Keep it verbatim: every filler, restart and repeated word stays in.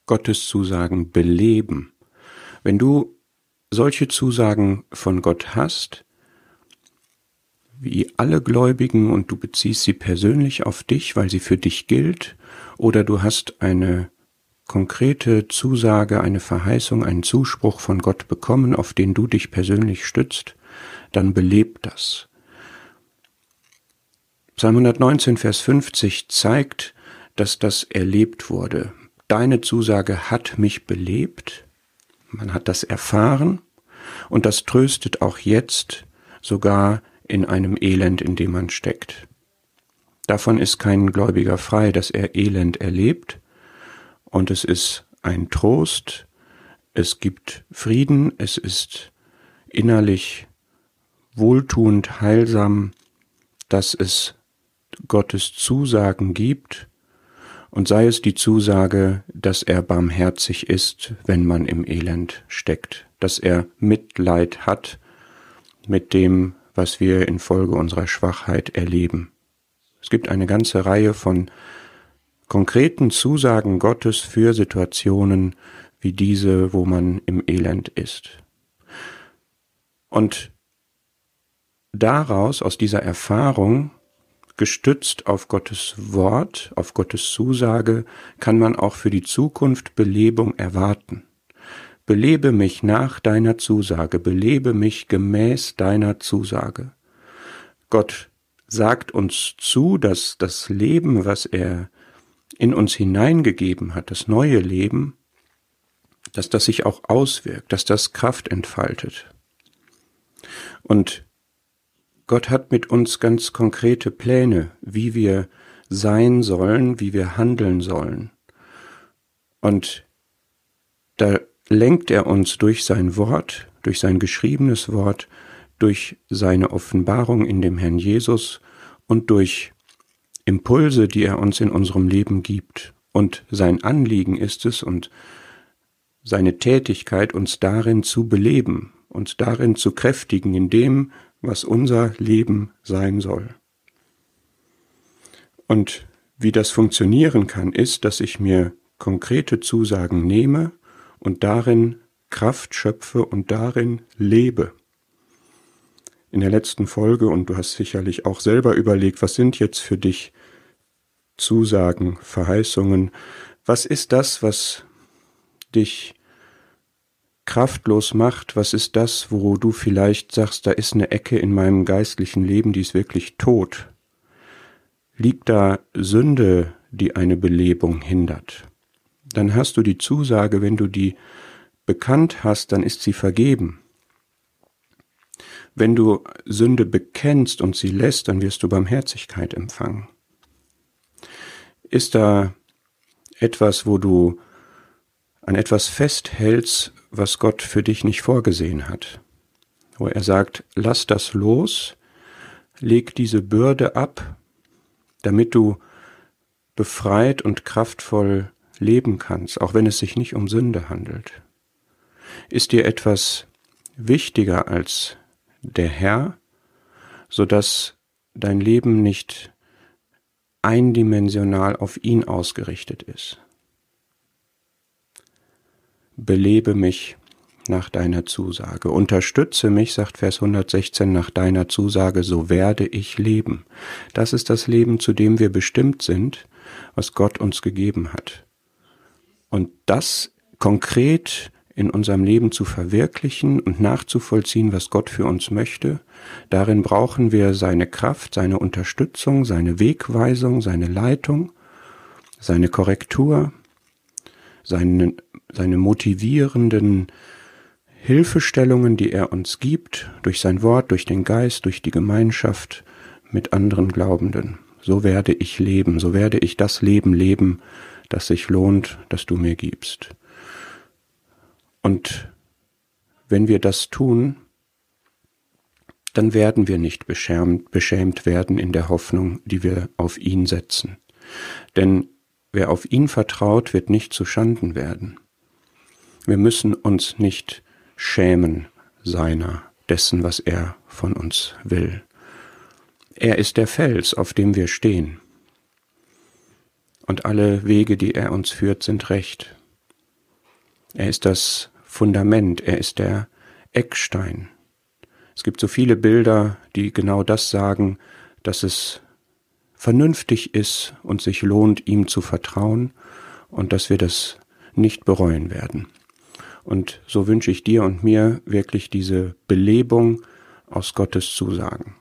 Gottes Zusagen beleben. Wenn du solche Zusagen von Gott hast, wie alle Gläubigen, und du beziehst sie persönlich auf dich, weil sie für dich gilt, oder du hast eine konkrete Zusage, eine Verheißung, einen Zuspruch von Gott bekommen, auf den du dich persönlich stützt, dann belebt das. Psalm hundertneunzehn, Vers fünfzig zeigt, dass das erlebt wurde. Deine Zusage hat mich belebt, man hat das erfahren, und das tröstet auch jetzt, sogar in einem Elend, in dem man steckt. Davon ist kein Gläubiger frei, dass er Elend erlebt, und es ist ein Trost, es gibt Frieden, es ist innerlich wohltuend, heilsam, dass es Gottes Zusagen gibt, und sei es die Zusage, dass er barmherzig ist, wenn man im Elend steckt, dass er Mitleid hat mit dem, was wir infolge unserer Schwachheit erleben. Es gibt eine ganze Reihe von konkreten Zusagen Gottes für Situationen wie diese, wo man im Elend ist. Und daraus, aus dieser Erfahrung, gestützt auf Gottes Wort, auf Gottes Zusage, kann man auch für die Zukunft Belebung erwarten. Belebe mich nach deiner Zusage, belebe mich gemäß deiner Zusage. Gott sagt uns zu, dass das Leben, was er in uns hineingegeben hat, das neue Leben, dass das sich auch auswirkt, dass das Kraft entfaltet. Und Gott hat mit uns ganz konkrete Pläne, wie wir sein sollen, wie wir handeln sollen. Und da lenkt er uns durch sein Wort, durch sein geschriebenes Wort, durch seine Offenbarung in dem Herrn Jesus und durch Impulse, die er uns in unserem Leben gibt. Und sein Anliegen ist es und seine Tätigkeit, uns darin zu beleben, uns darin zu kräftigen, in dem, was unser Leben sein soll. Und wie das funktionieren kann, ist, dass ich mir konkrete Zusagen nehme und darin Kraft schöpfe und darin lebe. In der letzten Folge, und du hast sicherlich auch selber überlegt, was sind jetzt für dich Zusagen, Verheißungen, was ist das, was dich kraftlos macht, was ist das, wo du vielleicht sagst, da ist eine Ecke in meinem geistlichen Leben, die ist wirklich tot. Liegt da Sünde, die eine Belebung hindert? Dann hast du die Zusage, wenn du die bekannt hast, dann ist sie vergeben. Wenn du Sünde bekennst und sie lässt, dann wirst du Barmherzigkeit empfangen. Ist da etwas, wo du an etwas festhältst, was Gott für dich nicht vorgesehen hat? Wo er sagt, lass das los, leg diese Bürde ab, damit du befreit und kraftvoll leben kannst, auch wenn es sich nicht um Sünde handelt. Ist dir etwas wichtiger als der Herr, sodass dein Leben nicht eindimensional auf ihn ausgerichtet ist? Belebe mich nach deiner Zusage. Unterstütze mich, sagt Vers hundertsechzehn, nach deiner Zusage, so werde ich leben. Das ist das Leben, zu dem wir bestimmt sind, was Gott uns gegeben hat. Und das konkret in unserem Leben zu verwirklichen und nachzuvollziehen, was Gott für uns möchte, darin brauchen wir seine Kraft, seine Unterstützung, seine Wegweisung, seine Leitung, seine Korrektur, seine, seine motivierenden Hilfestellungen, die er uns gibt, durch sein Wort, durch den Geist, durch die Gemeinschaft mit anderen Glaubenden. So werde ich leben, so werde ich das Leben leben, das sich lohnt, das du mir gibst. Und wenn wir das tun, dann werden wir nicht beschämt, beschämt werden in der Hoffnung, die wir auf ihn setzen. Denn wer auf ihn vertraut, wird nicht zu Schanden werden. Wir müssen uns nicht schämen seiner, dessen, was er von uns will. Er ist der Fels, auf dem wir stehen. Und alle Wege, die er uns führt, sind recht. Er ist das Fundament, er ist der Eckstein. Es gibt so viele Bilder, die genau das sagen, dass es vernünftig ist und sich lohnt, ihm zu vertrauen und dass wir das nicht bereuen werden. Und so wünsche ich dir und mir wirklich diese Belebung aus Gottes Zusagen.